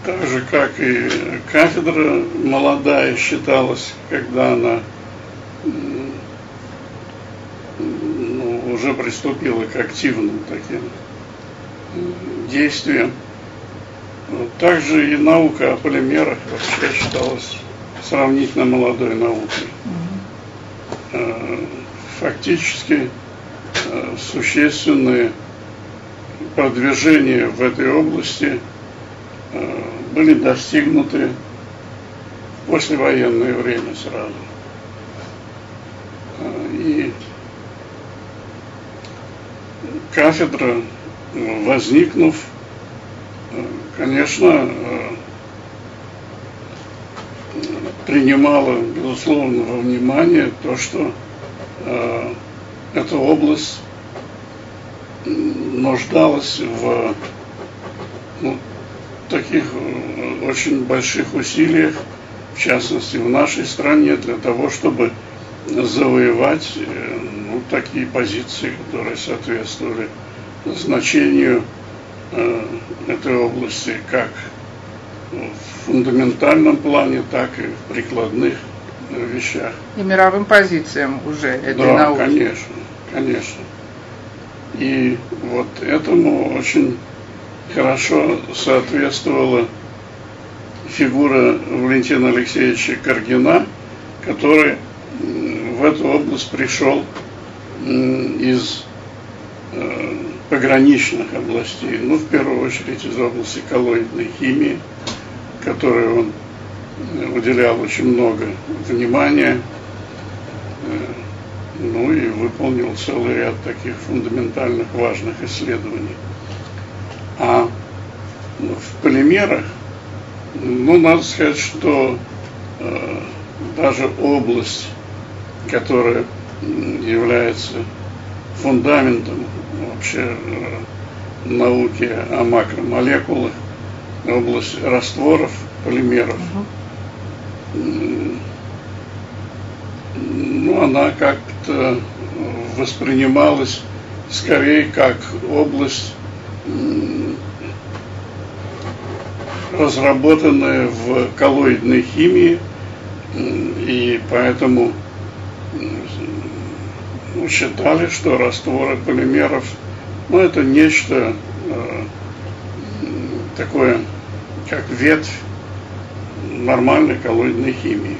так же, как и кафедра молодая считалась, когда она уже приступила к активным таким действиям. Также и наука о полимерах вообще считалась сравнительно молодой наукой. Фактически существенные продвижения в этой области были достигнуты в послевоенное время сразу. И кафедра, возникнув, конечно, принимала, безусловно, во внимание то, что эта область нуждалась в таких очень больших усилиях, в частности в нашей стране, для того, чтобы завоевать такие позиции, которые соответствовали значению этой области как в фундаментальном плане, так и в прикладных вещах. И мировым позициям уже этой науки. Да, конечно, конечно. И вот этому очень хорошо соответствовала фигура Валентина Алексеевича Каргина, который в эту область пришел из пограничных областей, в первую очередь из области коллоидной химии, которой он уделял очень много внимания, и выполнил целый ряд таких фундаментальных важных исследований. А в полимерах, надо сказать, что даже область, которая является фундаментом вообще науки о макромолекулах, область растворов, полимеров, она как-то воспринималась скорее как область, разработанная в коллоидной химии, и поэтому считали, что растворы полимеров, это нечто такое, как ветвь нормальной коллоидной химии.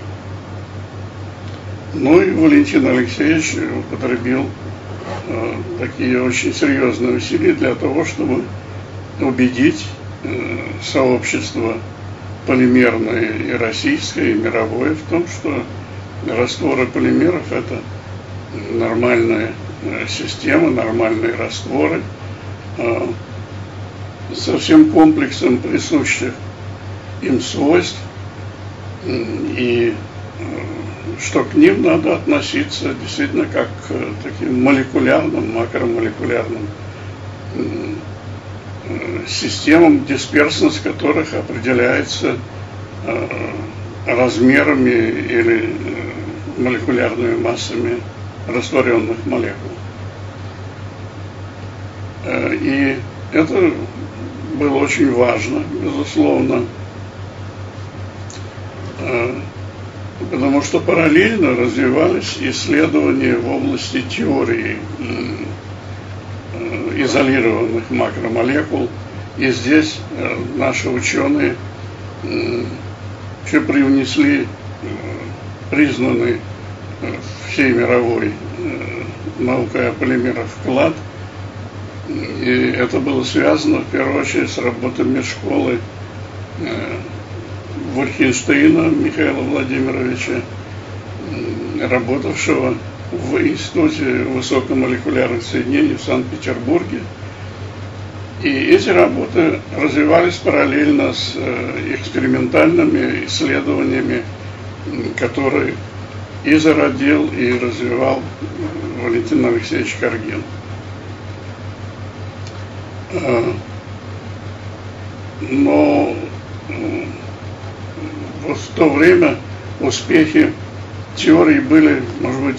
И Валентин Алексеевич употребил такие очень серьезные усилия для того, чтобы убедить сообщество полимерное и российское, и мировое в том, что растворы полимеров – это нормальная система, нормальные растворы со всем комплексом присущих им свойств, и что к ним надо относиться действительно как к таким молекулярным, макромолекулярным системам, дисперсность которых определяется размерами или молекулярными массами растворенных молекул. И это было очень важно, безусловно, потому что параллельно развивались исследования в области теории изолированных макромолекул. И здесь наши ученые еще привнесли признанный всей мировой наукой о полимерах вклад. И это было связано в первую очередь с работой медшколы Вольхенштейна Михаила Владимировича, работавшего в Институте высокомолекулярных соединений в Санкт-Петербурге. И эти работы развивались параллельно с экспериментальными исследованиями, которые и зародил, и развивал Валентин Алексеевич Каргин. Но вот в то время успехи теории были, может быть,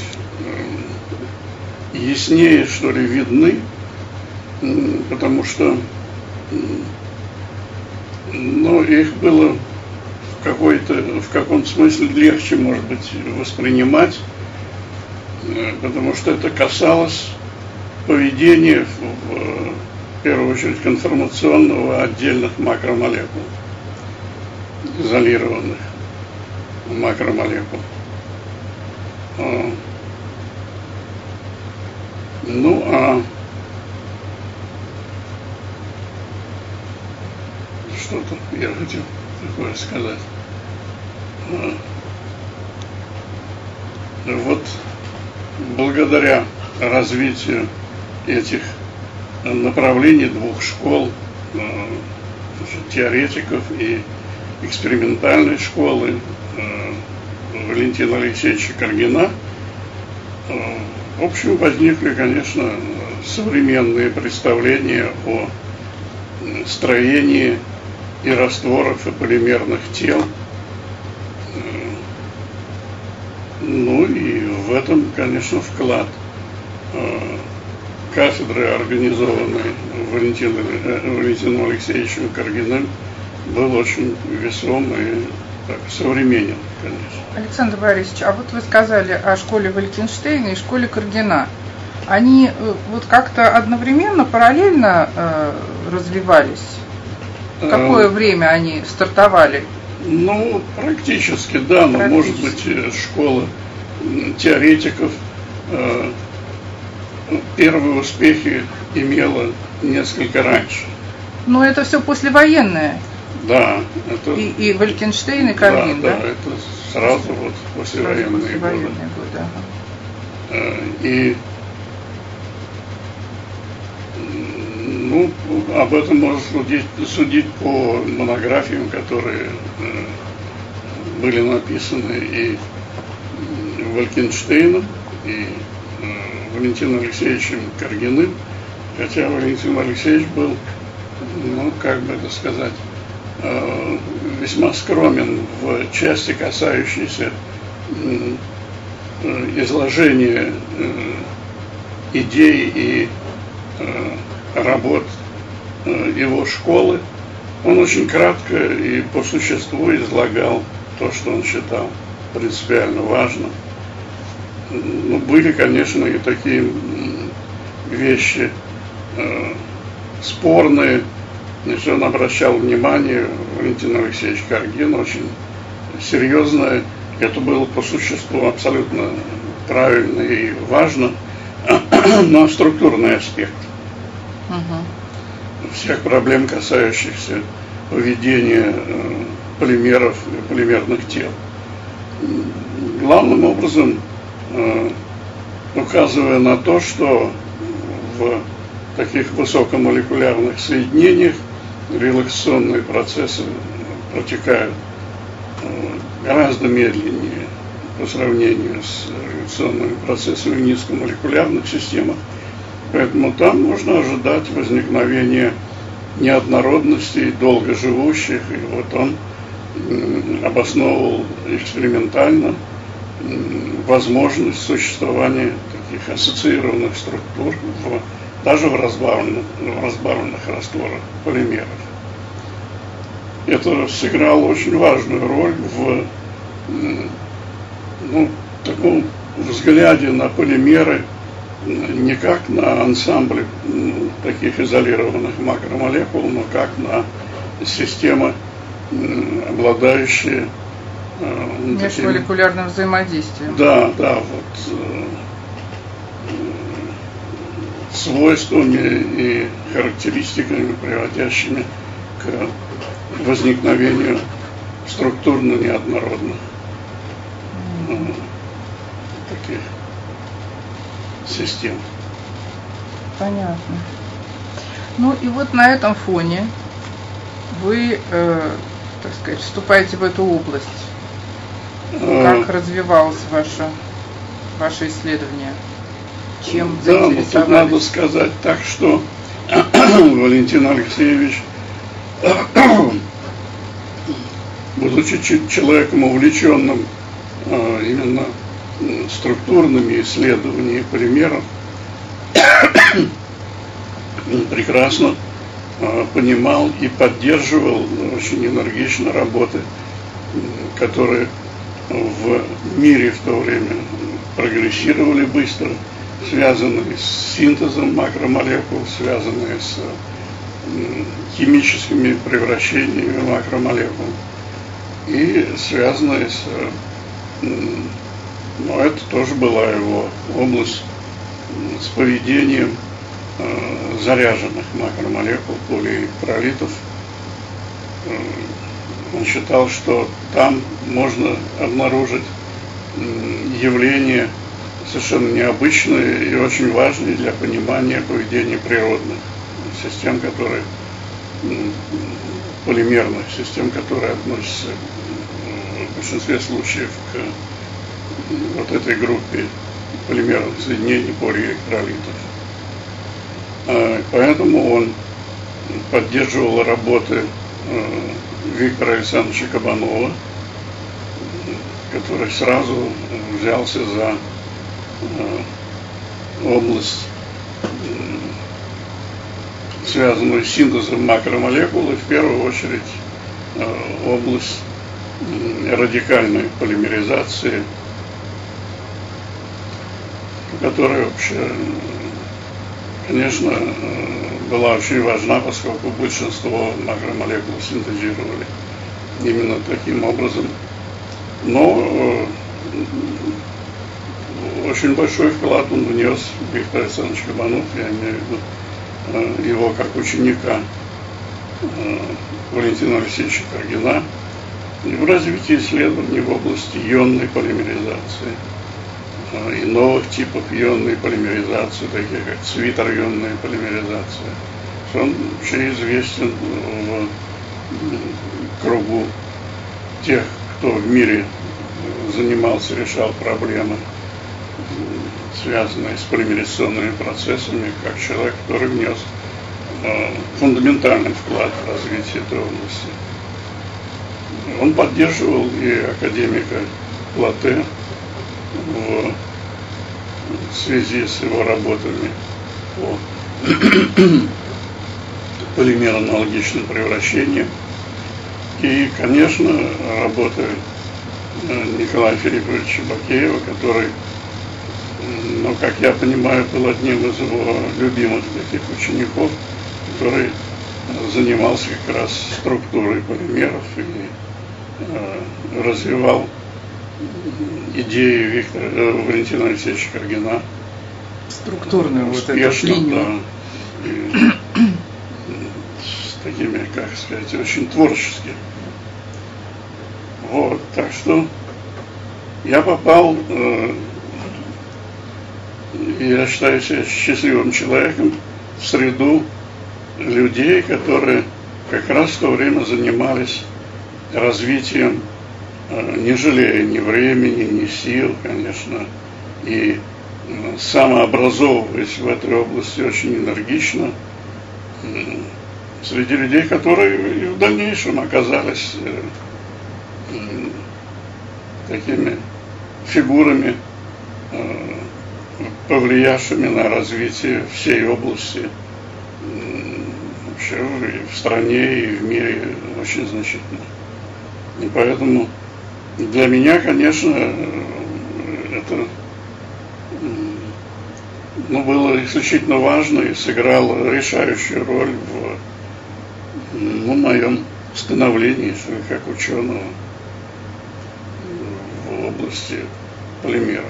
яснее, что ли, видны, потому что Но их было в каком-то смысле легче, может быть, воспринимать, потому что это касалось поведения, в первую очередь, конформационного отдельных макромолекул, изолированных макромолекул. Ну, а что-то я хотел такое сказать. Вот благодаря развитию этих направлений двух школ, теоретиков и экспериментальной школы Валентина Алексеевича Каргина, в общем, возникли, конечно, современные представления о строении и растворов, и полимерных тел. Ну и в этом, конечно, вклад кафедры, организованной Валентином Алексеевичем Каргиным, был очень весом и так, современен, конечно. Александр Борисович, а вот вы сказали о школе Валькенштейна и школе Каргина. Они вот как-то одновременно, параллельно развивались? В какое время они стартовали? Ну, практически, да, но, может быть, школа теоретиков первые успехи имела несколько раньше. Но это все послевоенное. Да, это... И Валькенштейн, и Каргин, да? Да, это сразу вот послевоенные годы. Ага. И ну, об этом можно судить по монографиям, которые были написаны и Валькенштейном, и Валентином Алексеевичем Каргиным, хотя Валентин Алексеевич был, ну, как бы это сказать, весьма скромен в части, касающейся изложения идей и работ его школы. Он очень кратко и по существу излагал то, что он считал принципиально важным. Ну, были, конечно, и такие вещи спорные. Значит, он обращал внимание, Валентин Алексеевич Каргин, очень серьезно. Это было по существу абсолютно правильно и важно, но структурный аспект всех проблем, касающихся поведения полимеров и полимерных тел. Главным образом указывая на то, что в таких высокомолекулярных соединениях релаксационные процессы протекают гораздо медленнее по сравнению с релаксационными процессами в низкомолекулярных системах. Поэтому там можно ожидать возникновения неоднородностей, долгоживущих. И вот он обосновывал экспериментально возможность существования таких ассоциированных структур даже в разбавленных растворах полимеров. Это сыграло очень важную роль в таком взгляде на полимеры не как на ансамбли таких изолированных макромолекул, но как на системы, обладающие межмолекулярным взаимодействием. Да, вот свойствами и характеристиками, приводящими к возникновению структурно неоднородных таких систем. Понятно. Ну и вот на этом фоне вы, так сказать, вступаете в эту область. Как развивалось ваше исследование? Чем заинтересовались? Да, но тут надо сказать так, что Валентин Алексеевич, будучи человеком увлеченным именно структурными исследованиями полимеров, прекрасно понимал и поддерживал очень энергично работы, которые в мире в то время прогрессировали быстро, связанные с синтезом макромолекул, связанные с химическими превращениями макромолекул и связанные с... Но это тоже была его область с поведением заряженных макромолекул, полиэлектролитов. Он считал, что там можно обнаружить явления совершенно необычные и очень важные для понимания поведения природных систем, которые полимерных систем, которые относятся в большинстве случаев к вот этой группе полимерных соединений полиэлектролитов. Поэтому он поддерживал работы Виктора Александровича Кабанова, который сразу взялся за область, связанную с синтезом макромолекул, и в первую очередь область радикальной полимеризации, которая вообще, конечно, была очень важна, поскольку большинство макромолекул синтезировали именно таким образом. Но очень большой вклад он внес, Виктор Александрович Кабанов, я имею в виду его как ученика Валентина Алексеевича Каргина, и в развитии исследований в области ионной полимеризации и новых типов ионной полимеризации, таких как свитер-ионная полимеризация. Он вообще известен в кругу тех, кто в мире занимался, решал проблемы, связанные с полимеризационными процессами, как человек, который внес фундаментальный вклад в развитие этой области. Он поддерживал и академика Плате в связи с его работами по полимераналогичным превращениям. И, конечно, работы Николая Филипповича Бакеева, который, ну, как я понимаю, был одним из его любимых таких учеников, который занимался как раз структурой полимеров и развивал идеи Валентина Алексеевича Каргина. Структурную вот эту линию. Да, и с такими, как сказать, очень творческими. Вот, так что я попал, я считаю себя счастливым человеком, в среду людей, которые как раз в то время занимались развитием, не жалея ни времени, ни сил, конечно, и самообразовываясь в этой области очень энергично, среди людей, которые и в дальнейшем оказались такими фигурами, повлиявшими на развитие всей области вообще и в стране, и в мире очень значительно. И поэтому для меня, конечно, это было исключительно важно и сыграло решающую роль в моем становлении как ученого в области полимеров.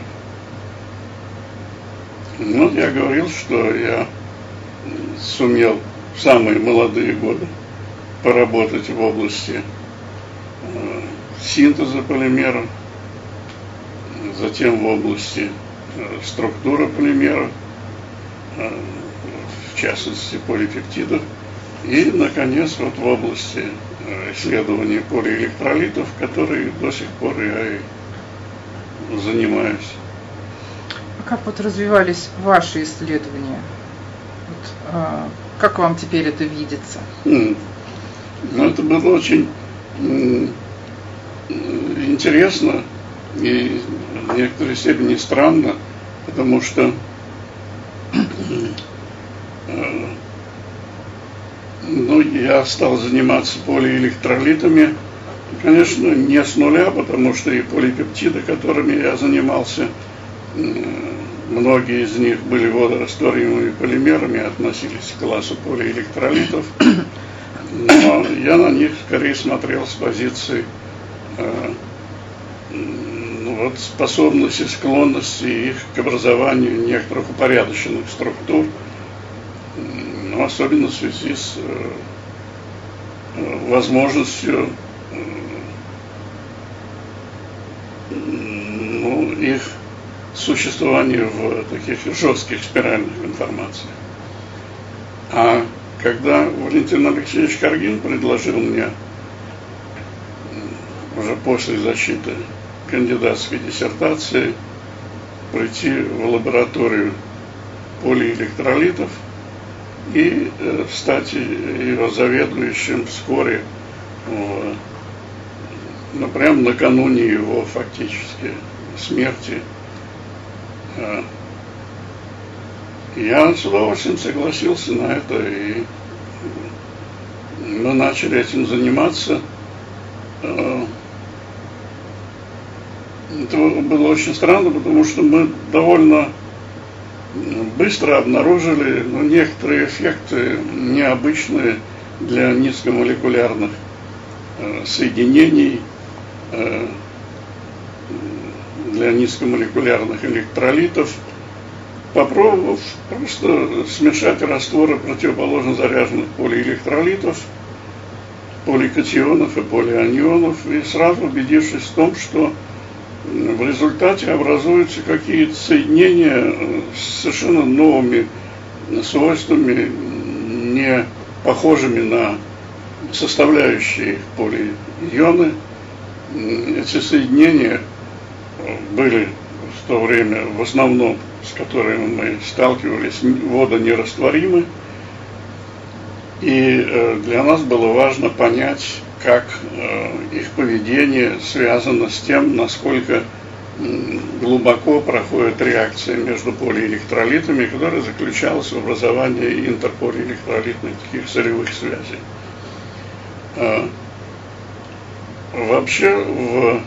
Ну, я говорил, что я сумел в самые молодые годы поработать в области синтеза полимеров, затем в области структуры полимеров, в частности полипептидов, и, наконец, вот в области исследования полиэлектролитов, которые до сих пор я и занимаюсь. А как вот развивались ваши исследования? Как вам теперь это видится? Ну, это было очень интересно и в некоторой степени странно, потому что Ну, я стал заниматься полиэлектролитами, конечно, не с нуля, потому что и полипептиды, которыми я занимался, многие из них были водорастворимыми полимерами, относились к классу полиэлектролитов, но я на них скорее смотрел с позиции способности, склонности их к образованию некоторых упорядоченных структур, особенно в связи с возможностью их существования в таких жестких спиральных конформациях. А когда Валентин Алексеевич Каргин предложил мне уже после защиты кандидатской диссертации прийти в лабораторию полиэлектролитов и стать его заведующим вскоре, прямо накануне его фактически смерти, я с удовольствием согласился на это, и мы начали этим заниматься. Это было очень странно, потому что мы довольно быстро обнаружили некоторые эффекты необычные для низкомолекулярных соединений, для низкомолекулярных электролитов, попробовав просто смешать растворы противоположно заряженных полиэлектролитов, поликатионов и полианионов, и сразу убедившись в том, что в результате образуются какие-то соединения с совершенно новыми свойствами, не похожими на составляющие полиионы. Эти соединения были в то время, в основном, с которыми мы сталкивались, водонерастворимы. И для нас было важно понять, как их поведение связано с тем, насколько глубоко проходит реакция между полиэлектролитами, которая заключалась в образовании интерполиэлектролитных таких сырьевых связей. Вообще, в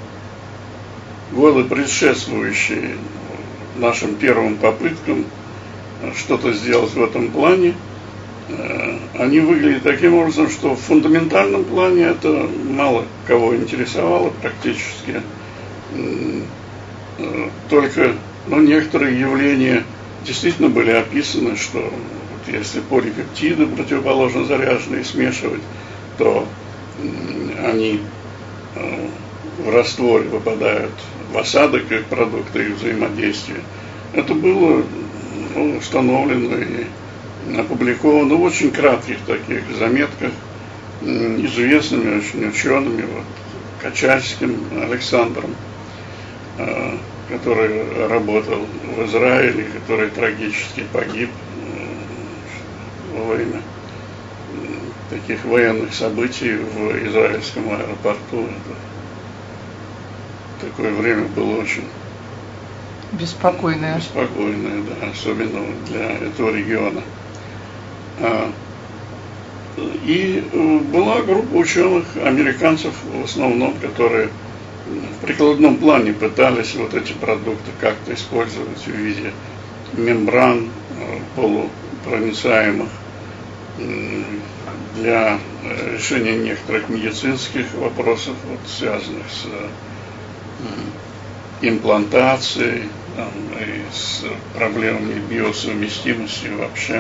годы, предшествующие нашим первым попыткам что-то сделать в этом плане, они выглядят таким образом, что в фундаментальном плане это мало кого интересовало практически. Только некоторые явления действительно были описаны, что если полипептиды противоположно заряженные смешивать, то они в растворе попадают в осадок как продукты их взаимодействия. Это было установлено и опубликовано в очень кратких таких заметках известными очень учеными, Качальским Александром, который работал в Израиле, который трагически погиб во время таких военных событий в израильском аэропорту. Такое время было очень беспокойное, да, особенно для этого региона. И была группа ученых, американцев в основном, которые в прикладном плане пытались вот эти продукты как-то использовать в виде мембран полупроницаемых для решения некоторых медицинских вопросов, связанных с имплантацией и с проблемами биосовместимости вообще.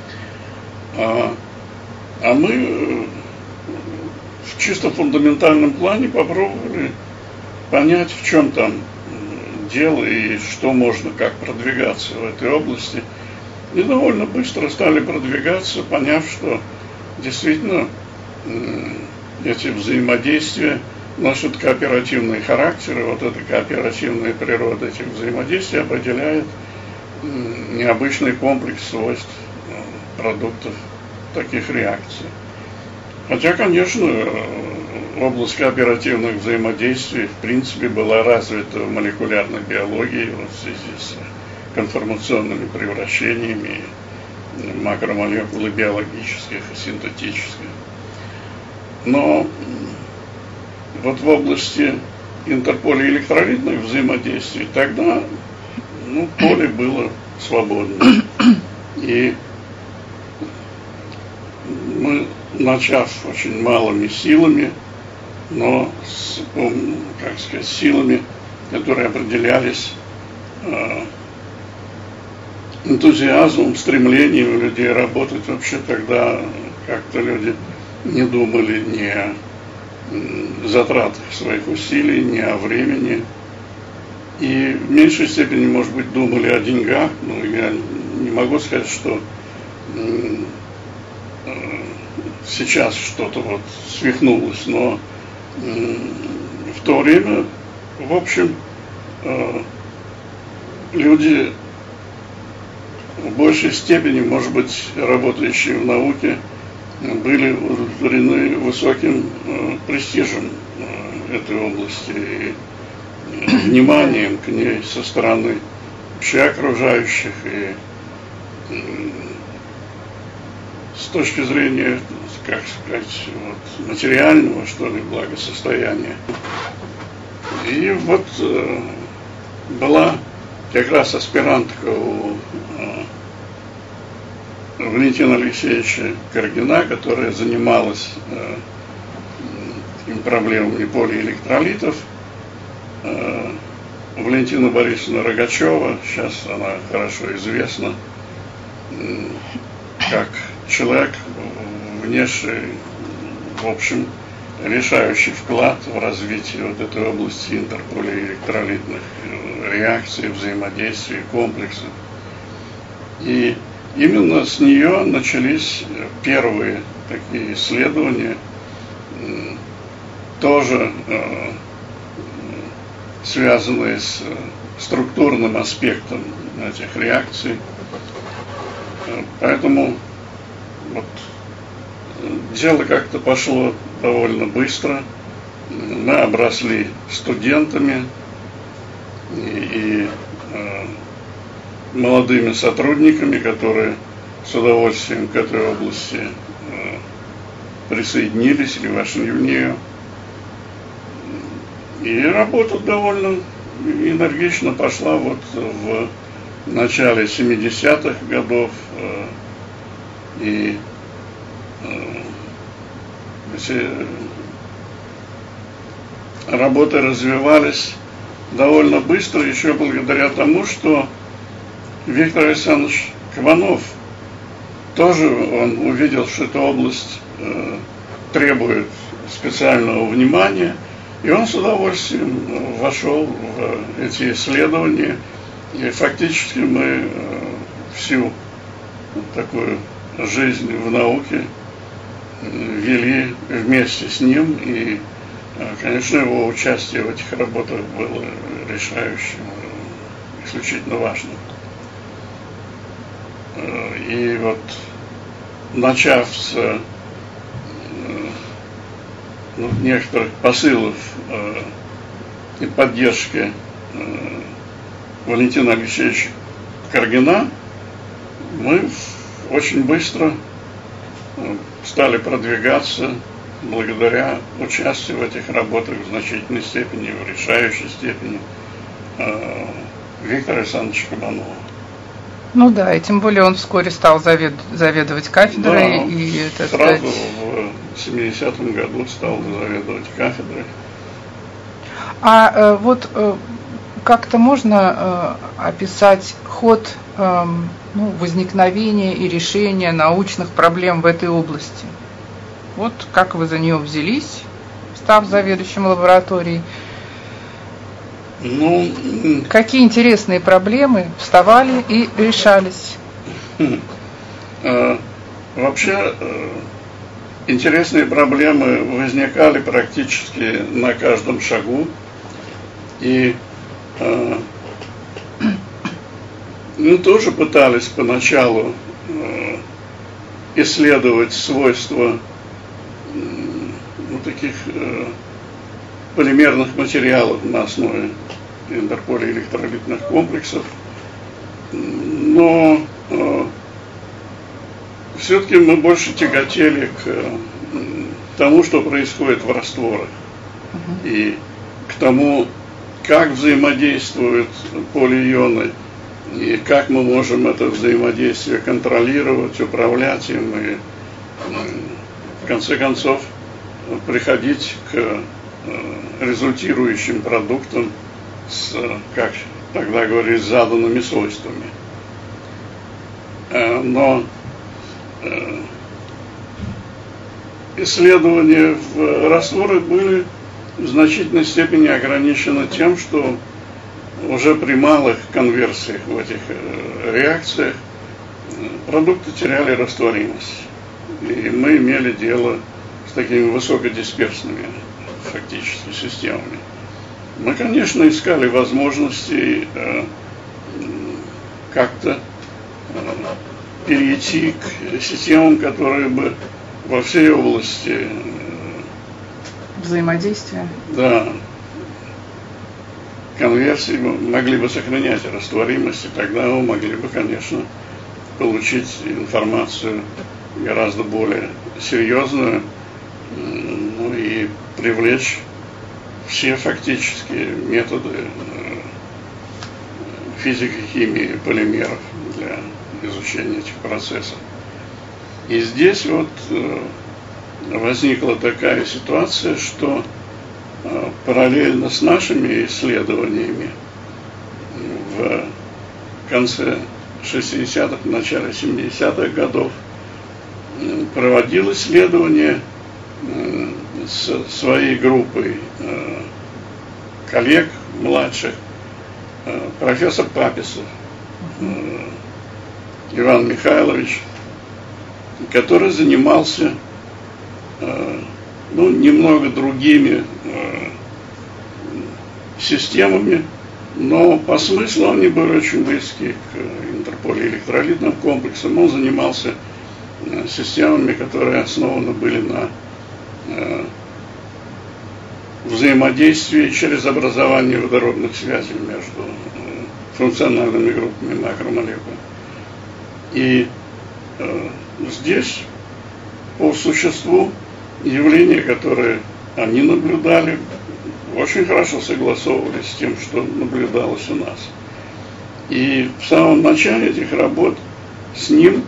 А мы в чисто фундаментальном плане попробовали понять, в чем там дело и что можно, как продвигаться в этой области. И довольно быстро стали продвигаться, поняв, что действительно эти взаимодействия носят кооперативный характер, и вот эта кооперативная природа этих взаимодействий определяет необычный комплекс свойств продуктов таких реакций. Хотя, конечно, область кооперативных взаимодействий в принципе была развита в молекулярной биологии в связи с конформационными превращениями, макромолекулы биологических и синтетических. Но вот в области интерполиэлектролитных взаимодействий тогда поле было свободно. И мы, начав очень малыми силами, но с, как сказать, силами, которые определялись энтузиазмом, стремлением людей работать. Вообще тогда как-то люди не думали ни о затратах своих усилий, ни о времени. И в меньшей степени, может быть, думали о деньгах. Но я не могу сказать, что сейчас что-то вот свихнулось, но в то время, в общем, люди в большей степени, может быть, работающие в науке, были удовлетворены высоким престижем этой области и вниманием к ней со стороны вообще окружающих, и с точки зрения, как сказать, вот, материального, что ли, благосостояния. И вот была как раз аспирантка у Валентина Алексеевича Каргина, которая занималась проблемами полиэлектролитов. Валентина Борисовна Рогачева, сейчас она хорошо известна как человек, внесший, в общем, решающий вклад в развитие вот этой области интерполиэлектролитных реакций, взаимодействий, комплексов. И именно с нее начались первые такие исследования, тоже связанные с структурным аспектом этих реакций. Поэтому вот дело как-то пошло довольно быстро. Мы обросли студентами и молодыми сотрудниками, которые с удовольствием к этой области присоединились или вошли в нее. И работа довольно энергично пошла вот в начале 70-х годов. И эти работы развивались довольно быстро, еще благодаря тому, что Виктор Александрович Кабанов тоже он увидел, что эта область требует специального внимания, и он с удовольствием вошел в эти исследования, и фактически мы всю такую жизнь в науке вели вместе с ним, и, конечно, его участие в этих работах было решающим, исключительно важным. И вот, начав с некоторых посылов и поддержки Валентина Алексеевича Каргина, мы очень быстро стали продвигаться благодаря участию в этих работах в значительной степени, в решающей степени Виктора Александровича Кабанова. Ну да, и тем более он вскоре стал заведовать кафедрой. Да, и, так сразу сказать, в 70-м году стал заведовать кафедрой. А вот как-то можно описать ход возникновения и решения научных проблем в этой области? Вот как вы за нее взялись, став заведующим лабораторией? Какие интересные проблемы вставали и решались? Вообще, интересные проблемы возникали практически на каждом шагу. И тоже пытались поначалу исследовать свойства таких полимерных материалов на основе интерполиэлектролитных комплексов. Но все-таки мы больше тяготели к тому, что происходит в растворах, и к тому, как взаимодействуют полиионы, и как мы можем это взаимодействие контролировать, управлять им, и в конце концов приходить к результирующим продуктам с, как тогда говорили, с заданными свойствами. Но исследования в растворах были в значительной степени ограничены тем, что уже при малых конверсиях в этих реакциях продукты теряли растворимость. И мы имели дело с такими высокодисперсными фактически системами. Мы, конечно, искали возможности как-то перейти к системам, которые бы во всей области взаимодействия. Да, конверсии могли бы сохранять растворимость, и тогда мы могли бы, конечно, получить информацию гораздо более серьезную, ну и привлечь все фактически методы физико-химии полимеров для изучения этих процессов. И здесь вот возникла такая ситуация, что параллельно с нашими исследованиями в конце 60-х, начале 70-х годов проводил исследование с своей группой коллег младших профессор Паписов Иван Михайлович, который занимался немного другими системами, но по смыслу они были очень близки к интерполиэлектролитным комплексам. Он занимался системами, которые основаны были на взаимодействии через образование водородных связей между функциональными группами макромолекул. И здесь по существу явления, которые они наблюдали, очень хорошо согласовывались с тем, что наблюдалось у нас. И в самом начале этих работ с ним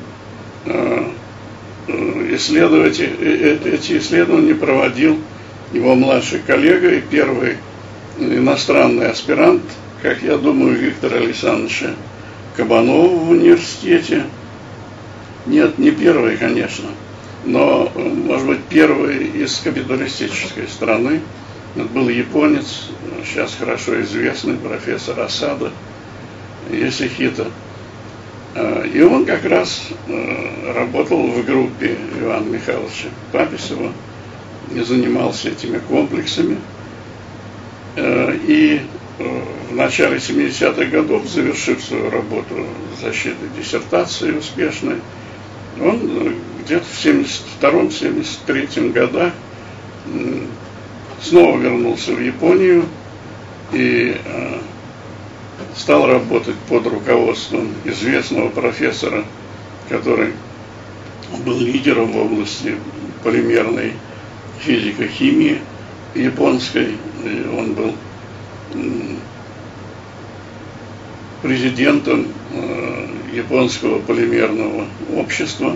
эти исследования проводил его младший коллега и первый иностранный аспирант, как я думаю, Виктора Александровича Кабанова в университете. Нет, не первый, конечно, но, может быть, первый из капиталистической страны. Это был японец, сейчас хорошо известный, профессор Асада Йосихито. И он как раз работал в группе Ивана Михайловича Паписова и занимался этими комплексами. И в начале 70-х годов, завершив свою работу защиты диссертации успешной, он где-то в 72-73 годах снова вернулся в Японию и стал работать под руководством известного профессора, который был лидером в области полимерной физико-химии японской. И он был президентом японского полимерного общества,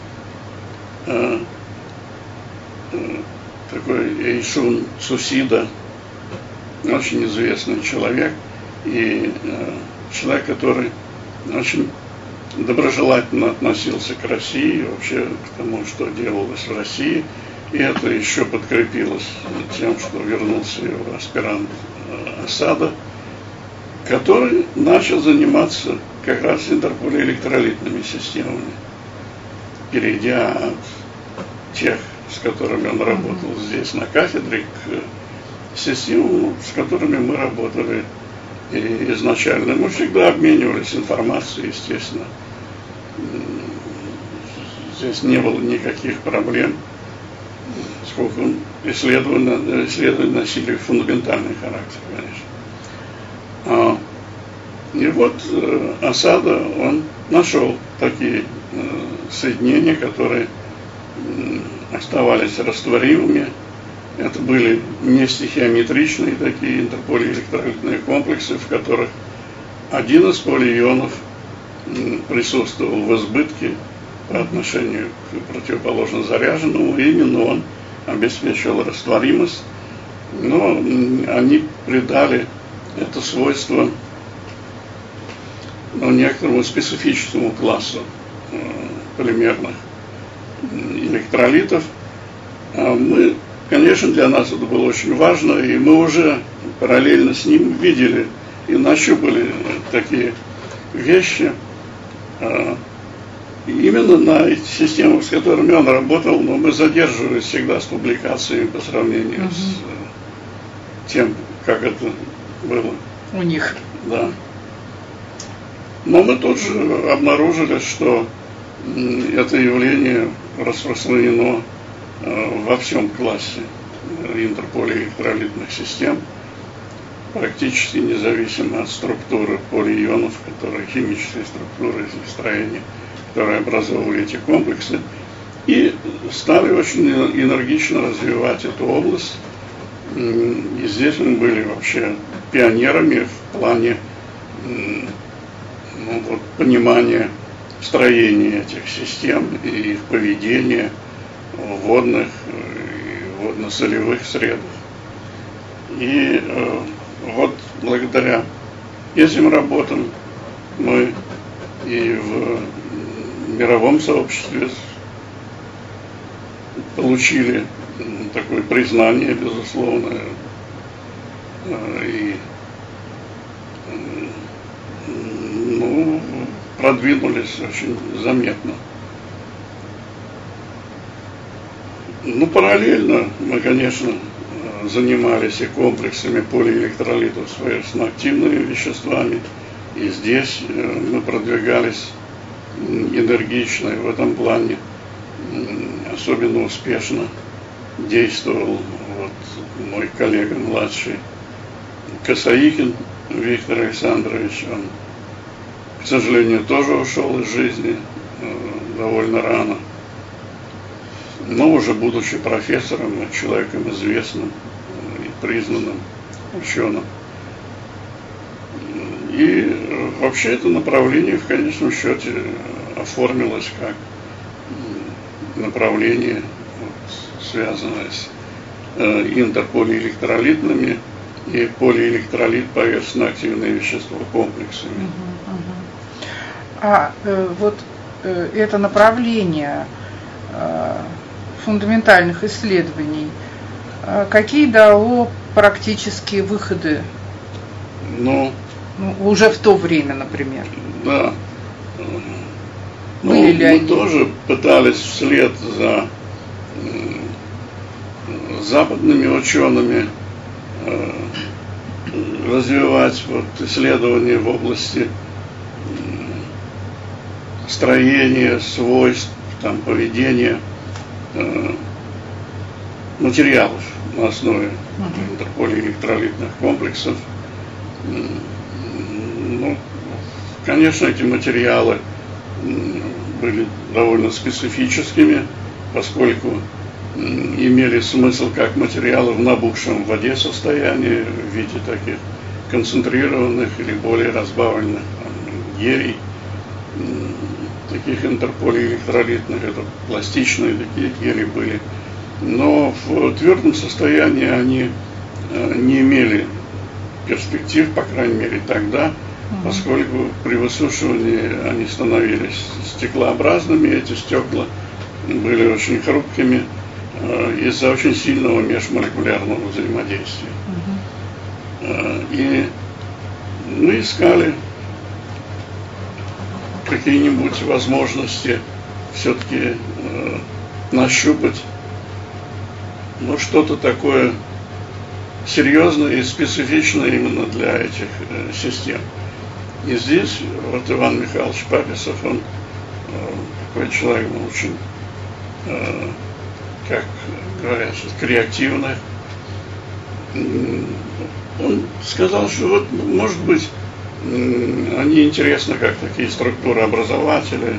такой Эйшун Цусида, очень известный человек, и человек, который очень доброжелательно относился к России, вообще к тому, что делалось в России, и это еще подкрепилось тем, что вернулся его аспирант Асада, который начал заниматься как раз интерполиэлектролитными системами, перейдя от тех, с которыми он работал здесь на кафедре, к системам, с которыми мы работали и изначально. Мы всегда обменивались информацией, естественно. Здесь не было никаких проблем, сколько исследования носили фундаментальный характер, конечно. И вот Асада, он нашел такие соединения, которые оставались растворимыми. Это были не стихиометричные такие интерполиэлектролитные комплексы, в которых один из полиионов присутствовал в избытке по отношению к противоположно заряженному, и именно он обеспечивал растворимость, но они придали это свойство некоторому специфическому классу полимерных электролитов. Конечно, для нас это было очень важно, и мы уже параллельно с ним видели и нащупали такие вещи. Именно на эти системы, с которыми он работал, но мы задерживались всегда с публикациями по сравнению с тем, как это было у них. Да. Но мы тут же обнаружили, что это явление распространено во всем классе интерполиэлектролитных систем, практически независимо от структуры полиионов, которые химической структуры строения, которые образовывали эти комплексы, и стали очень энергично развивать эту область. И здесь мы были вообще пионерами в плане понимания строения этих систем и их поведения в водных и водно-солевых средах. И вот благодаря этим работам мы и в мировом сообществе получили такое признание, безусловно, и продвинулись очень заметно. Параллельно мы, конечно, занимались и комплексами полиэлектролитов с ферросноактивными веществами, и здесь мы продвигались энергично, и в этом плане особенно успешно действовал мой коллега младший Косаикин Виктор Александрович. Он, к сожалению, тоже ушел из жизни довольно рано, но уже будучи профессором, человеком известным и признанным ученым. И вообще это направление в конечном счете оформилось как направление, связанное с интерполиэлектролитными и полиэлектролит поверхностно-активные вещества комплексами. Это направление фундаментальных исследований, какие дало практические выходы? Уже в то время, например. Да. Были ли мы они? тоже пытались вслед за западными учеными развивать исследования в области строения, свойств, поведения материалов на основе интерполиэлектролитных комплексов. Конечно, эти материалы были довольно специфическими, поскольку имели смысл как материалы в набухшем в воде состоянии, в виде таких концентрированных или более разбавленных гелий, таких интерполиэлектролитных, это пластичные такие гели были. Но в твердом состоянии они не имели перспектив, по крайней мере тогда, поскольку при высушивании они становились стеклообразными, эти стекла были очень хрупкими из-за очень сильного межмолекулярного взаимодействия. И мы искали какие-нибудь возможности все-таки нащупать что-то такое серьезное и специфичное именно для этих систем. И здесь Иван Михайлович Папесов, он такой человек очень, как говорят, креативный. Он сказал, что может быть они интересны как такие структуры образователи.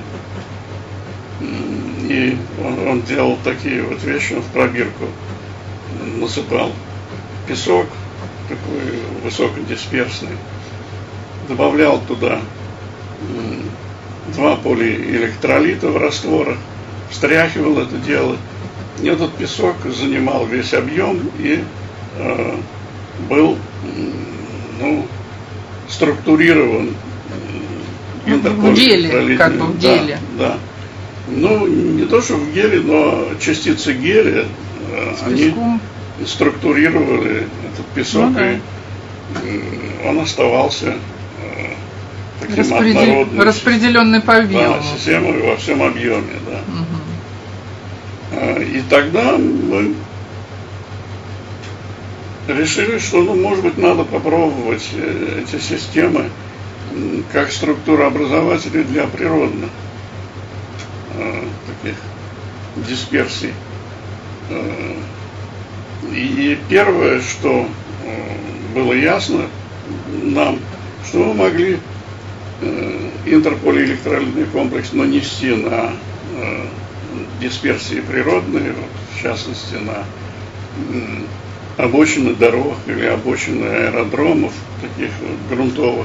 И он делал такие вот вещи, он в пробирку насыпал песок, такой высокодисперсный, добавлял туда 2 полиэлектролита в растворах, встряхивал это дело. И этот песок занимал весь объем и был структурирован. В геле, как бы в геле. Да. Ну, не то, что в геле, но частицы геля, они структурировали этот песок, и он оставался таким однородным. Распределенный по объему. Да, системой во всем объеме, да. И тогда мы решили, что, может быть, надо попробовать эти системы как структурообразователи для природных таких дисперсий. И первое, что было ясно нам, что мы могли интерполиэлектролитный комплекс нанести на дисперсии природные, в частности на обочины дорог или обочины аэродромов, таких грунтовых,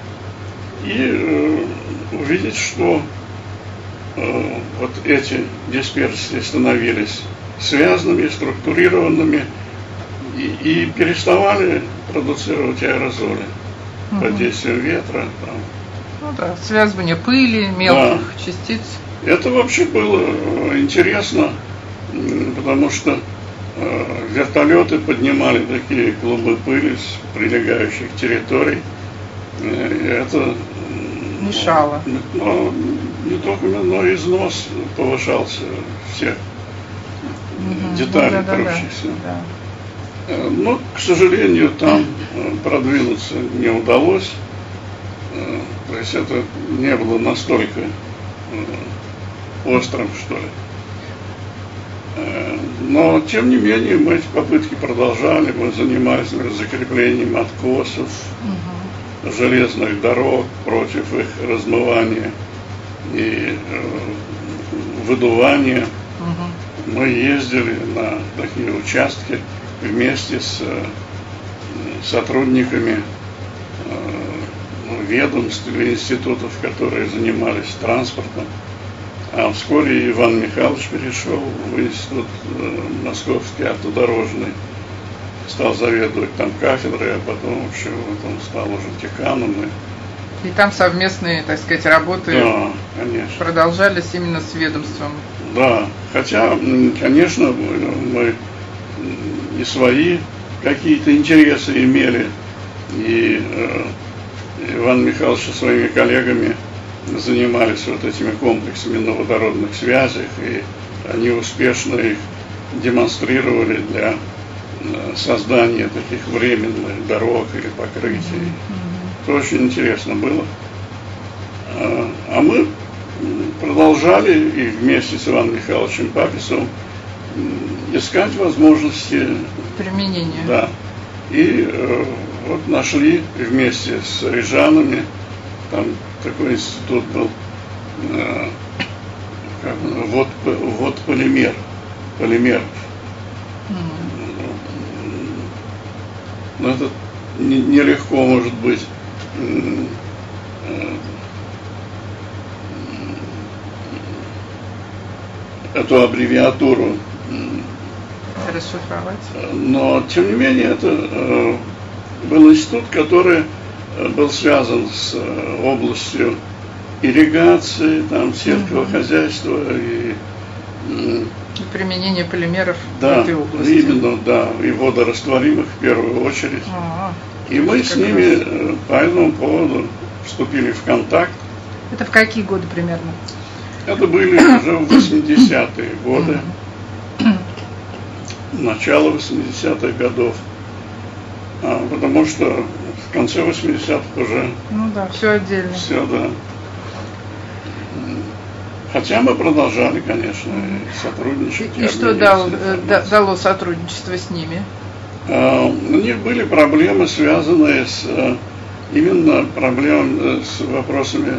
и увидеть, что вот эти дисперсии становились связанными, структурированными и переставали продуцировать аэрозоли под действием ветра. Связывание пыли, мелких частиц. Это вообще было интересно, потому что вертолеты поднимали такие клубы пыли с прилегающих территорий. И это мешало. Не только, но и износ повышался всех деталей трущихся. Но, к сожалению, там продвинуться не удалось. То есть это не было настолько острым, что ли. Но, тем не менее, мы эти попытки продолжали. Мы занимались закреплением откосов, железных дорог против их размывания и выдувания. Мы ездили на такие участки вместе с сотрудниками ведомств или институтов, которые занимались транспортом. А вскоре Иван Михайлович перешел в институт Московский автодорожный, стал заведовать там кафедрой, а потом вообще он стал уже деканом. И там совместные, так сказать, работы продолжались именно с ведомством. Да, хотя, конечно, мы и свои какие-то интересы имели, и Иван Михайлович со своими коллегами занимались вот этими комплексами на водородных связях, и они успешно их демонстрировали для создания таких временных дорог или покрытий. Это очень интересно было. А мы продолжали и вместе с Иваном Михайловичем Паписовым искать возможности применения. Да. И вот нашли вместе с рижанами, там такой институт был, полимер. Но это нелегко, может быть, эту аббревиатуру расшифровать. Но, тем не менее, это был институт, который был связан с областью ирригации, там, сельского хозяйства и применение полимеров в этой области. Именно, да, и водорастворимых в первую очередь. И мы с ними по этому поводу вступили в контакт. Это в какие годы примерно? Это были уже в 80-е годы, начало 80-х годов. Потому что в конце 80-х уже... все отдельно. Все, да. Хотя мы продолжали, конечно, сотрудничать. И что дало сотрудничество с ними? У них были проблемы, связанные с именно проблем с вопросами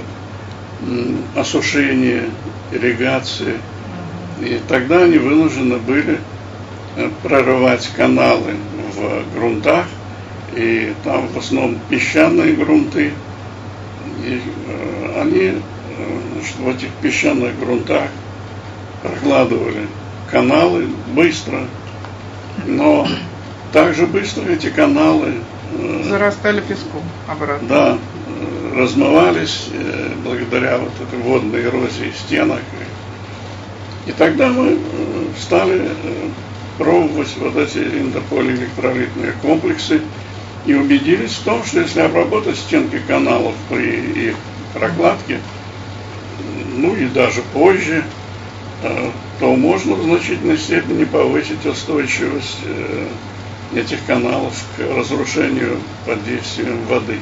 осушения, ирригации. И тогда они вынуждены были прорывать каналы в грунтах, и там в основном песчаные грунты. И они в этих песчаных грунтах прокладывали каналы быстро, но также быстро эти каналы зарастали песком обратно. Да, размывались благодаря вот этой водной эрозии стенок. И тогда мы стали пробовать вот эти интерполиэлектролитные комплексы и убедились в том, что если обработать стенки каналов при их прокладке, ну и даже позже, то можно в значительной степени повысить устойчивость этих каналов к разрушению под действием воды.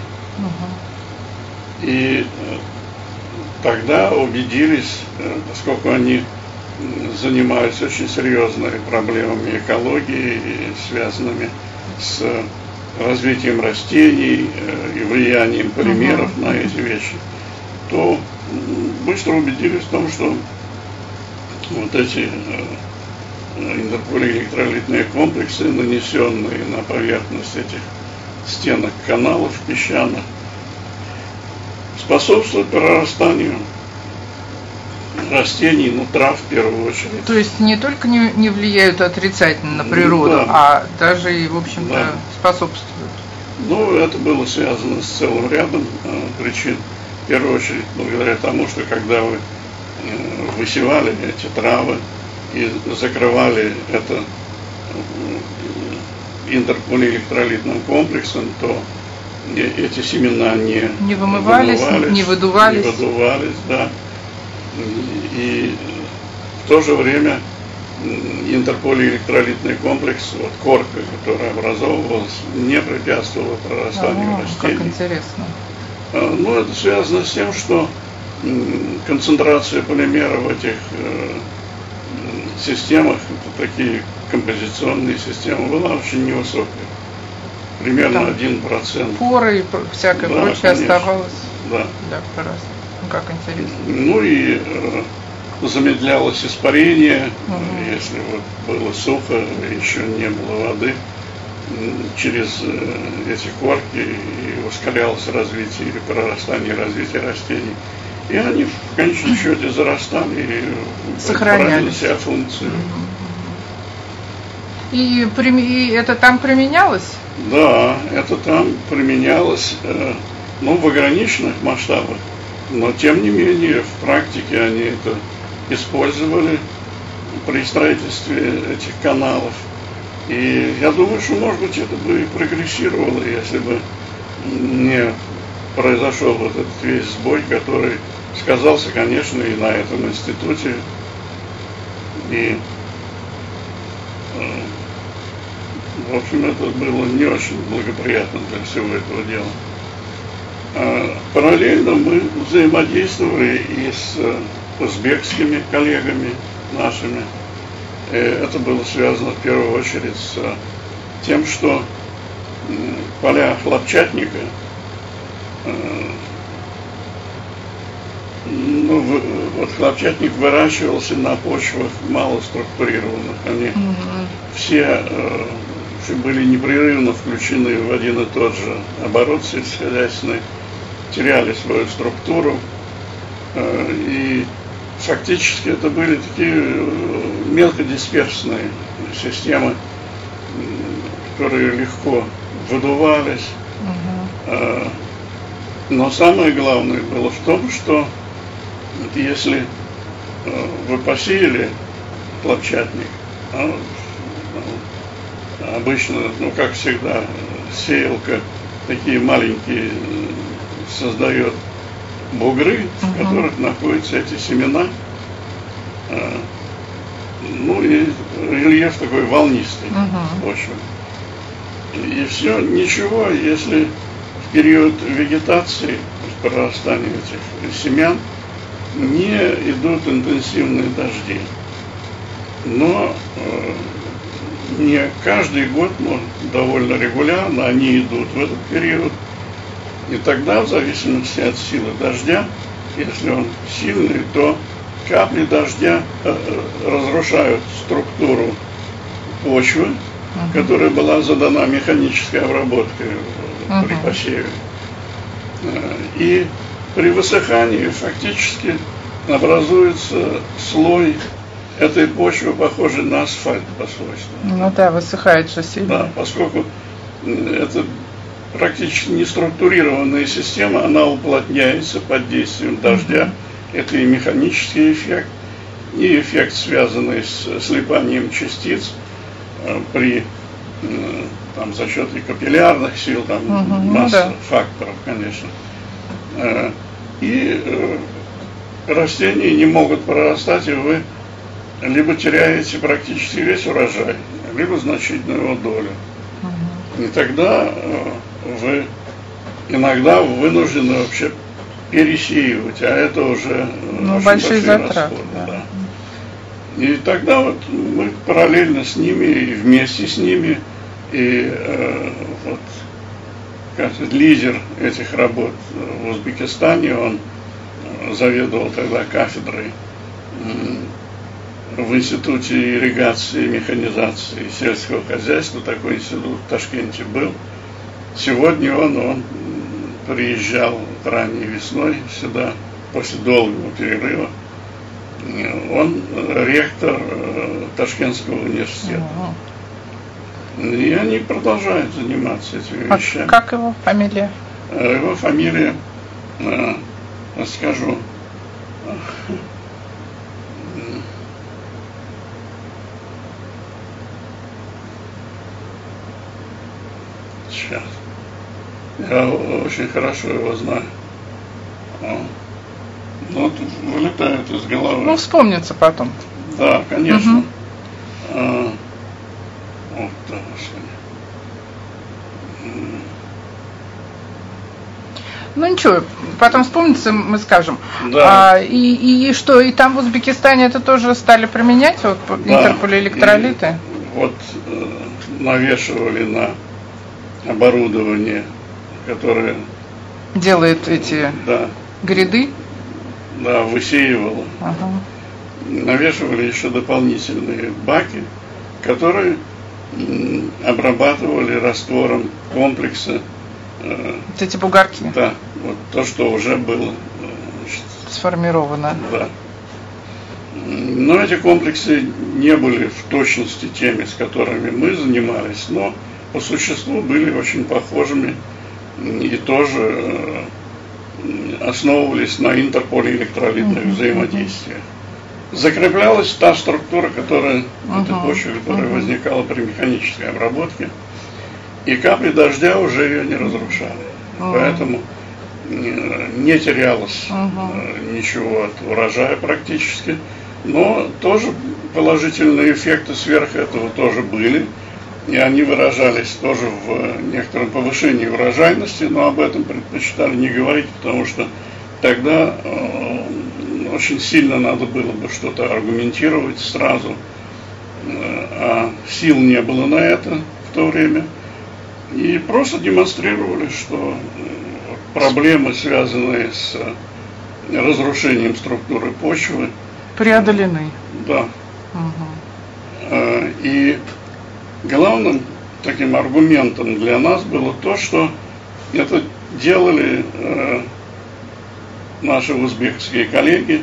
И тогда убедились, поскольку они занимаются очень серьезными проблемами экологии, связанными с развитием растений и влиянием полимеров на эти вещи, то быстро убедились в том, что вот эти интерполиэлектролитные комплексы, нанесенные на поверхность этих стенок каналов песчаных, способствуют прорастанию растений, ну, трав в первую очередь. То есть не только не влияют отрицательно на природу, да, а даже и, в общем-то, да, способствуют. Ну, это было связано с целым рядом причин. В первую очередь, благодаря тому, что когда вы высевали эти травы и закрывали это интерполиэлектролитным комплексом, то эти семена не вымывались, не выдувались. Да. И в то же время интерполиэлектролитный комплекс, вот корка, которая образовывалась, не препятствовала прорастанию растений. Как интересно. Ну, это связано с тем, что концентрация полимера в этих системах, это такие композиционные системы, была очень невысокая. Примерно 1%. Поры и всякое прочее конечно, оставалось да. для прораста. Ну, как интересно. Ну и замедлялось испарение, если вот было сухо, еще не было воды, через эти корки и ускорялось развитие или прорастание и развитие растений. И они в конечном счете зарастали и сохраняли себя функцию. И это там применялось? Да, это там применялось, ну, в ограниченных масштабах, но тем не менее в практике они это использовали при строительстве этих каналов. И я думаю, что, может быть, это бы и прогрессировало, если бы не произошел вот этот весь сбой, который сказался, конечно, и на этом институте. И, в общем, это было не очень благоприятно для всего этого дела. Параллельно мы взаимодействовали и с узбекскими коллегами нашими. Это было связано в первую очередь с тем, что поля хлопчатника, ну, вот хлопчатник выращивался на почвах малоструктурированных. Они все были непрерывно включены в один и тот же оборот сельскохозяйственный, теряли свою структуру. И фактически это были такие мелкодисперсные системы, которые легко выдувались. Но самое главное было в том, что если вы посеяли хлопчатник, обычно, ну, как всегда, сеялка такие маленькие создает бугры, в которых находятся эти семена. Ну и рельеф такой волнистый почвы. И все, ничего, если в период вегетации, прорастания этих семян, не идут интенсивные дожди. Но не каждый год, но довольно регулярно они идут в этот период. И тогда, в зависимости от силы дождя, если он сильный, то капли дождя разрушают структуру почвы, которая была задана механической обработкой при посеве. И при высыхании фактически образуется слой этой почвы, похожий на асфальт по свойству. Ну да, высыхает же сильно. Да, поскольку это практически неструктурированная система, она уплотняется под действием дождя. Это и механический эффект, и эффект, связанный с слипанием частиц за счет и капиллярных сил, масса факторов, конечно. И растения не могут прорастать, и вы либо теряете практически весь урожай, либо значительную его долю. И тогда вы иногда вынуждены вообще пересеивать, а это уже очень большие затраты. Расходы. Да. И тогда вот мы параллельно с ними и вместе с ними, и лидер этих работ в Узбекистане, он заведовал тогда кафедрой в Институте ирригации, механизации сельского хозяйства, такой институт в Ташкенте был. Сегодня он приезжал ранней весной сюда, после долгого перерыва. Он ректор Ташкентского университета. И они продолжают заниматься этими вещами. Как его фамилия? Его фамилия, скажу, сейчас. Я очень хорошо его знаю. Но тут вылетает из головы. Ну, вспомнится потом. Да, конечно. Вот, да, Господи. Ну ничего, потом вспомнится, мы скажем. Да. И что, и там в Узбекистане это тоже стали применять, вот интерполиэлектролиты? Вот навешивали на оборудование, которое делает эти гряды? Да, высеивало. Навешивали еще дополнительные баки, которые обрабатывали раствором комплекса. Вот эти бугорки? Да, вот то, что уже было сформировано. Да. Но эти комплексы не были в точности теми, с которыми мы занимались, но по существу были очень похожими и тоже основывались на интерполиэлектролитных взаимодействиях. Закреплялась та структура, этой почвы, которая возникала при механической обработке, и капли дождя уже ее не разрушали. Поэтому не терялось ничего от урожая практически, но тоже положительные эффекты сверх этого тоже были, и они выражались тоже в некотором повышении урожайности, но об этом предпочитали не говорить, потому что тогда очень сильно надо было бы что-то аргументировать сразу, а сил не было на это в то время. И просто демонстрировали, что проблемы, связанные с разрушением структуры почвы, преодолены. Да. И главным таким аргументом для нас было то, что это делали наши узбекские коллеги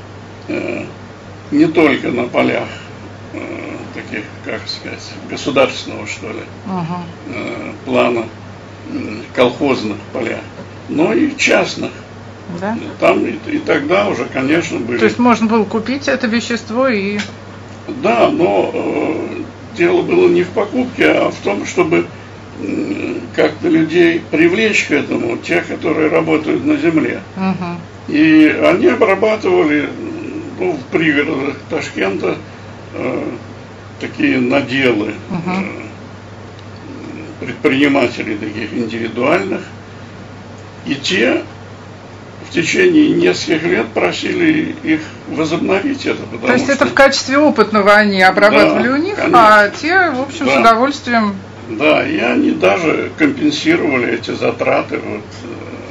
не только на полях таких, как сказать, государственного, что ли, плана, колхозных полях, но и частных. Да? Там и тогда уже, конечно, были... То есть можно было купить это вещество и... Да, но дело было не в покупке, а в том, чтобы как-то людей привлечь к этому, тех, которые работают на земле. И они обрабатывали в пригородах Ташкента такие наделы предпринимателей таких индивидуальных, и те в течение нескольких лет просили их возобновить это. То есть это в качестве опытного они обрабатывали у них, конечно. А те, в общем, с удовольствием... Да, и они даже компенсировали эти затраты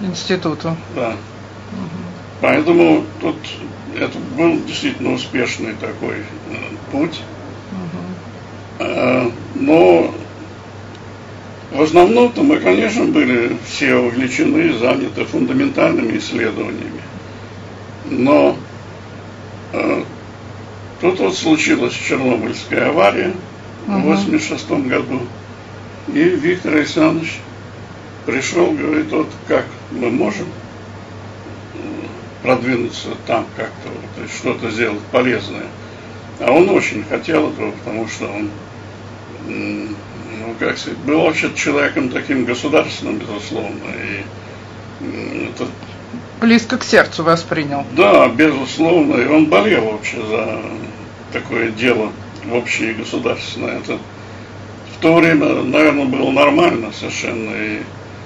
институту. Да. Поэтому тут это был действительно успешный такой путь. Но в основном-то мы, конечно, были все увлечены, заняты фундаментальными исследованиями. Но тут вот случилась Чернобыльская авария в 1986 году. И Виктор Александрович пришел, говорит, вот как мы можем продвинуться там как-то, вот, что-то сделать полезное. А он очень хотел этого, потому что он, ну, как сказать, был вообще человеком таким государственным, безусловно. И это близко к сердцу воспринял. Да, безусловно. И он болел вообще за такое дело общее и государственное. Это в то время, наверное, было нормально совершенно. И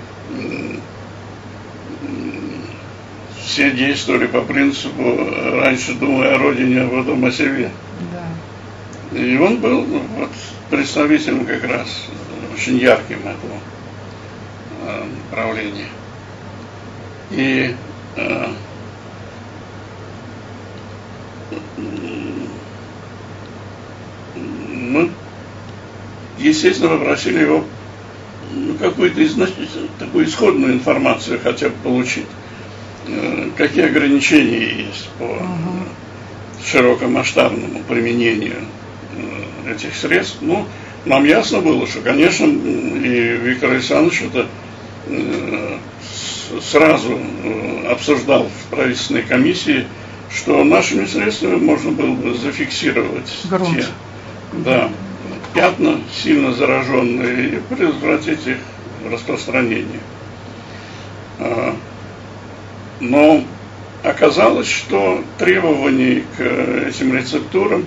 все действовали по принципу «раньше думай о родине, а потом о себе». Да. И он был вот представителем как раз очень ярким этого направления. И мы, естественно, попросили его какую-то такую исходную информацию хотя бы получить. Какие ограничения есть по широкомасштабному применению этих средств. Ну, нам ясно было, что, конечно, и Виктор Александрович это сразу обсуждал в правительственной комиссии, что нашими средствами можно было бы зафиксировать те, да, пятна, сильно зараженные, и предотвратить их распространение. Но оказалось, что требований к этим рецептурам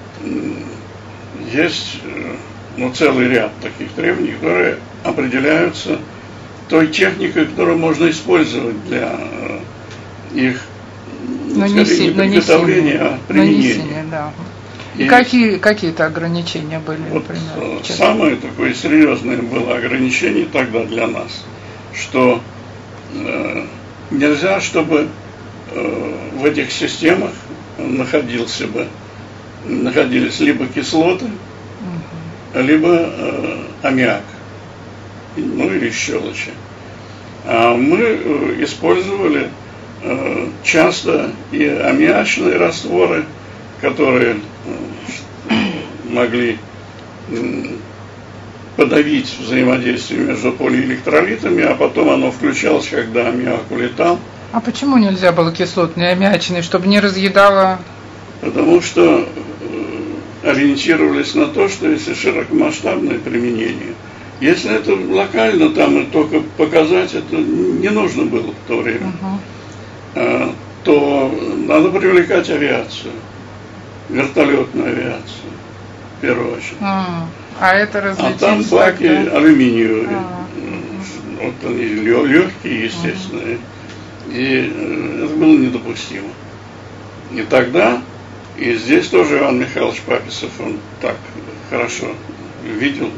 есть целый ряд таких требований, которые определяются той техникой, которую можно использовать для их приготовления, а применения. Да. И какие-то ограничения были, вот, например? Самое такое серьезное было ограничение тогда для нас, что нельзя, чтобы в этих системах находились либо кислоты, либо аммиак, ну или щелочи. А мы использовали часто и аммиачные растворы, которые могли подавить взаимодействие между полиэлектролитами, а потом оно включалось, когда аммиак улетал. А почему нельзя было кислотный, аммиачный, чтобы не разъедало? Потому что ориентировались на то, что если широкомасштабное применение, если это локально там и только показать, это не нужно было в то время, то надо привлекать авиацию, вертолетную авиацию, в первую очередь. А это различить? А там баки алюминиевые, вот они легкие, естественно, и это было недопустимо. И тогда, и здесь тоже Иван Михайлович Папесов, он так хорошо видел,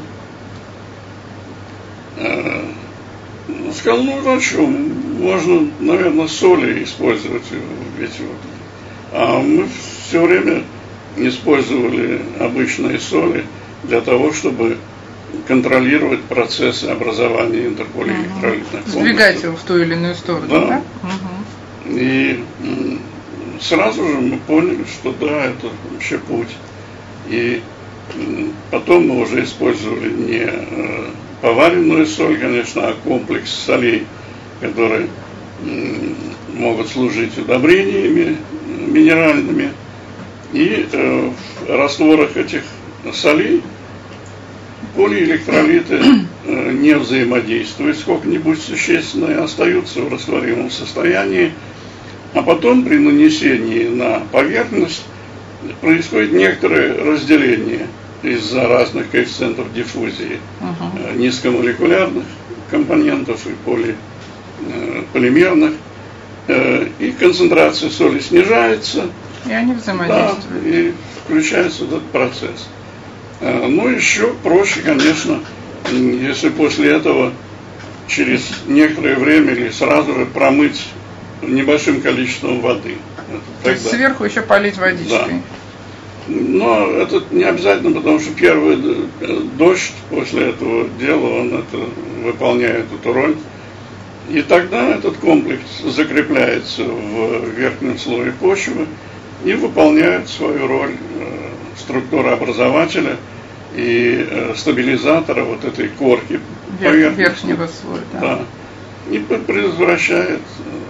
сказал, ну что, можно, наверное, соли использовать эти вот. А мы все время использовали обычные соли для того, чтобы контролировать процессы образования интерполиэлектролитных комплексов. Сдвигать его в ту или иную сторону, да? И сразу же мы поняли, что да, это вообще путь. И потом мы уже использовали не поваренную соль, конечно, а комплекс солей, которые могут служить удобрениями минеральными. И в растворах этих солей полиэлектролиты не взаимодействуют сколько-нибудь существенно и остаются в растворимом состоянии, а потом при нанесении на поверхность происходит некоторое разделение из-за разных коэффициентов диффузии низкомолекулярных компонентов и полимерных, и концентрация соли снижается. И они взаимодействуют. Да, и включается этот процесс. Ну, еще проще, конечно, если после этого через некоторое время или сразу же промыть небольшим количеством воды. То есть сверху еще полить водичкой. Да. Но это не обязательно, потому что первый дождь после этого дела, он это выполняет эту роль. И тогда этот комплекс закрепляется в верхнем слое почвы и выполняет свою роль структурообразователя и стабилизатора вот этой корки верхнего слоя. Да. Да. И предотвращает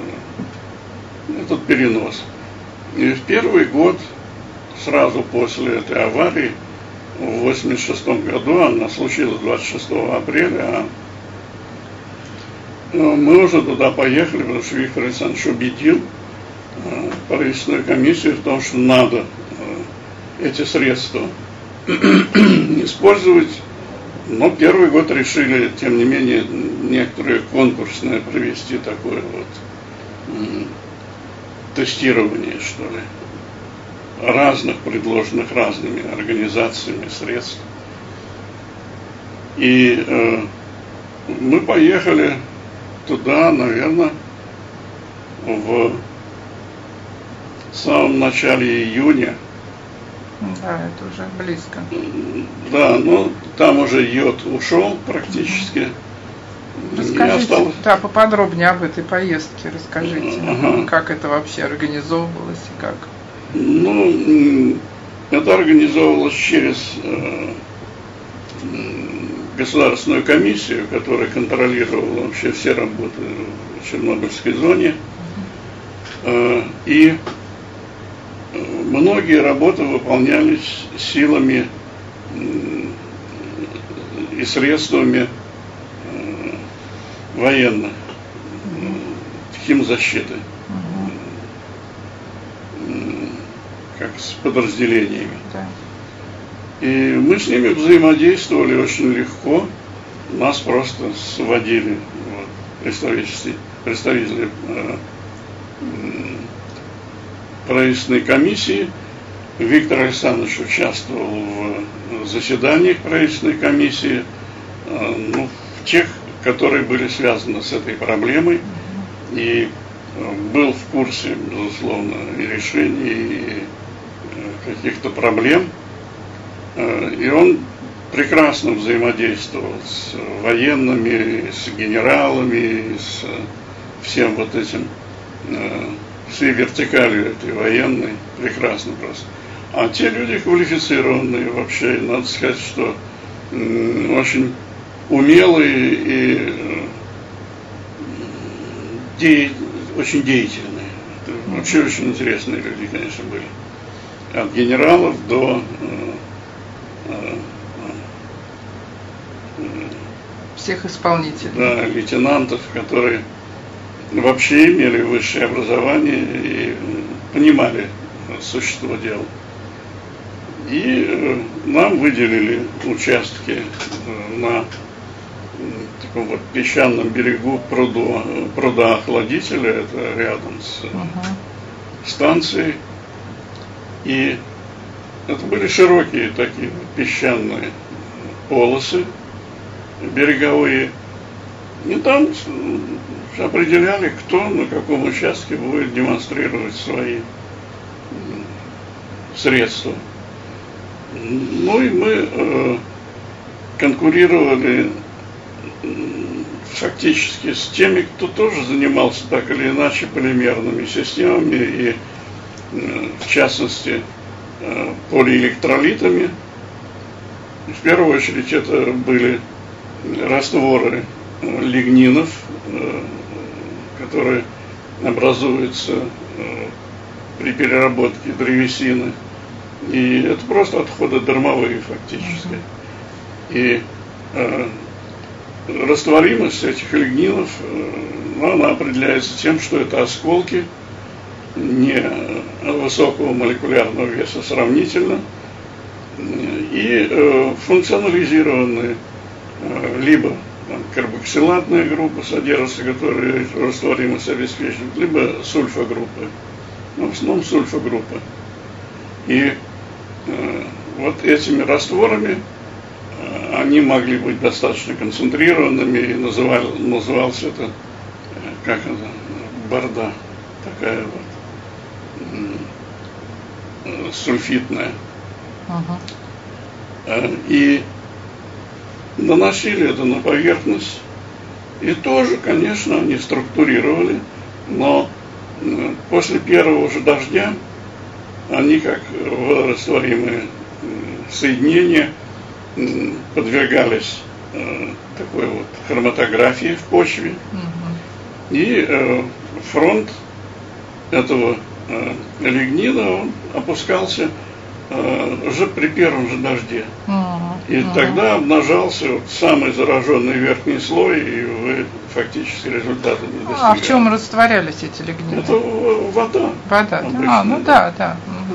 этот перенос. И в первый год, сразу после этой аварии, в 1986 году, она случилась 26 апреля, мы уже туда поехали, потому что Виктор Александрович убедил правительственную комиссию в том, что надо эти средства использовать. Но первый год решили, тем не менее, некоторые конкурсные провести такое вот тестирование, что ли, разных, предложенных разными организациями средств. И мы поехали туда, наверное, в самом начале июня. Да, это уже близко. Да, но там уже йод ушел практически. Расскажите, да, поподробнее об этой поездке, расскажите, как это вообще организовывалось и как? Ну, это организовывалось через государственную комиссию, которая контролировала вообще все работы в Чернобыльской зоне. И многие работы выполнялись силами и средствами военных, химзащиты, как с подразделениями. И мы с ними взаимодействовали очень легко. Нас просто сводили представители правительственной комиссии. Виктор Александрович участвовал в заседаниях правительственной комиссии, в тех, которые были связаны с этой проблемой, и был в курсе, безусловно, и решений, и каких-то проблем. И он прекрасно взаимодействовал с военными, с генералами, с всем вот этим, всей вертикалью этой военной, прекрасно просто. А те люди квалифицированные вообще, надо сказать, что очень умелые и очень деятельные. Это вообще очень интересные люди, конечно, были. От генералов до всех исполнителей. Да, лейтенантов, которые вообще имели высшее образование и понимали существо дела. И нам выделили участки на таком вот песчаном берегу пруда охладителя, это рядом с станцией. И это были широкие такие песчаные полосы береговые. И там определяли, кто на каком участке будет демонстрировать свои средства. Ну и мы конкурировали фактически с теми, кто тоже занимался так или иначе полимерными системами и, в частности, полиэлектролитами. В первую очередь это были растворы лигнинов, которые образуются при переработке древесины. И это просто отходы дармовые фактически. И растворимость этих лигнинов, она определяется тем, что это осколки не высокого молекулярного веса сравнительно, и функционализированные либо карбоксилатная группа содержится, которая растворимость обеспечивает, либо сульфогруппы, но в основном сульфогруппы. И вот этими растворами они могли быть достаточно концентрированными, и назывался это, как это, борда, такая вот, сульфитная. И наносили это на поверхность, и тоже, конечно, они структурировали, но после первого же дождя они, как водорастворимые соединения, подвергались такой вот хроматографии в почве, и фронт этого лигнина он опускался уже при первом же дожде. И тогда обнажался вот самый зараженный верхний слой, и вы фактически результата не достигали. А в чем растворялись эти лигнины? Это вода. Вода. Ну да. Да.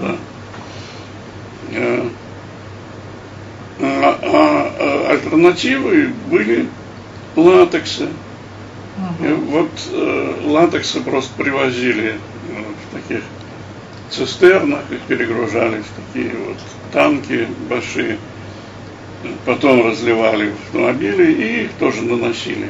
Альтернативы были латексы. Вот латексы просто привозили в таких цистернах, их перегружали в такие вот танки большие, потом разливали в автомобили и их тоже наносили.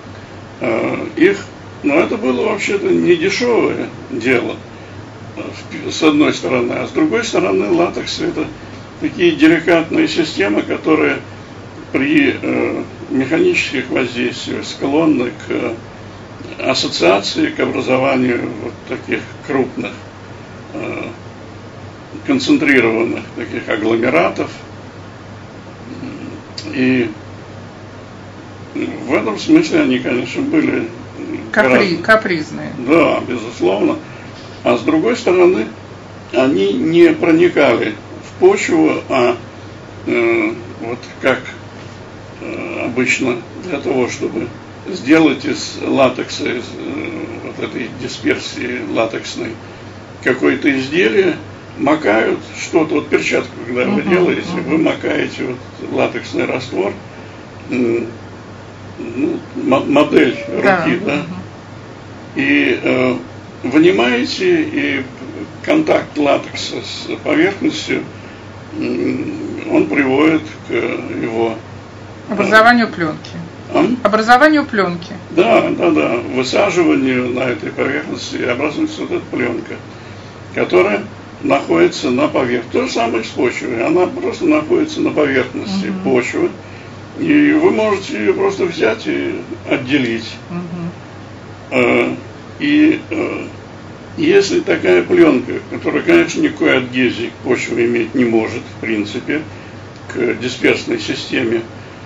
Но это было вообще-то не дешевое дело, с одной стороны, а с другой стороны латекс это такие деликатные системы, которые при механических воздействиях склонны к ассоциации, к образованию вот таких крупных концентрированных таких агломератов. И в этом смысле они, конечно, были капризные. Да, безусловно. А с другой стороны, они не проникали в почву, а вот как обычно для того, чтобы сделать из латекса, из вот этой дисперсии латексной, какое-то изделие, макают что-то, вот перчатку, когда вы делаете, вы макаете вот латексный раствор, модель руки, да, и вынимаете, и контакт латекса с поверхностью, он приводит к его образованию пленки. Образованию пленки. Да, высаживанию на этой поверхности образуется вот эта пленка, которая находится на поверхности. То же самое с почвой. Она просто находится на поверхности почвы. И вы можете ее просто взять и отделить. И если такая пленка, которая, конечно, никакой адгезии к почве иметь не может, в принципе, к дисперсной системе,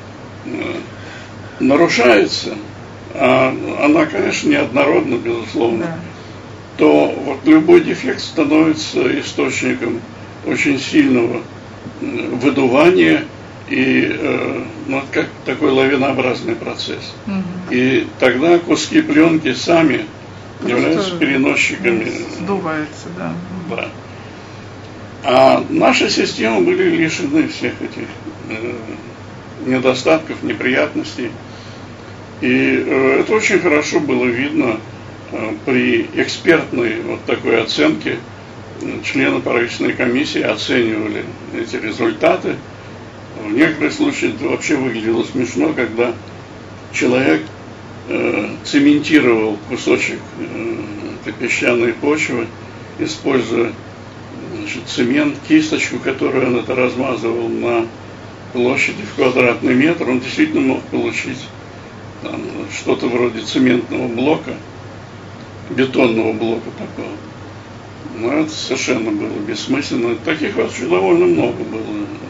нарушается, а она, конечно, неоднородна, безусловно, то вот любой дефект становится источником очень сильного выдувания и как такой лавинообразный процесс. И тогда куски пленки сами являются переносчиками. Сдувается, да. Да. А наши системы были лишены всех этих недостатков, неприятностей. И это очень хорошо было видно при экспертной вот такой оценке. Члены правительственной комиссии оценивали эти результаты. В некоторых случаях это вообще выглядело смешно, когда человек цементировал кусочек этой песчаной почвы, используя цемент, кисточку, которую он это размазывал на площади в квадратный метр, он действительно мог получить там что-то вроде цементного блока, бетонного блока такого. Но это совершенно было бессмысленно. Таких вообще довольно много было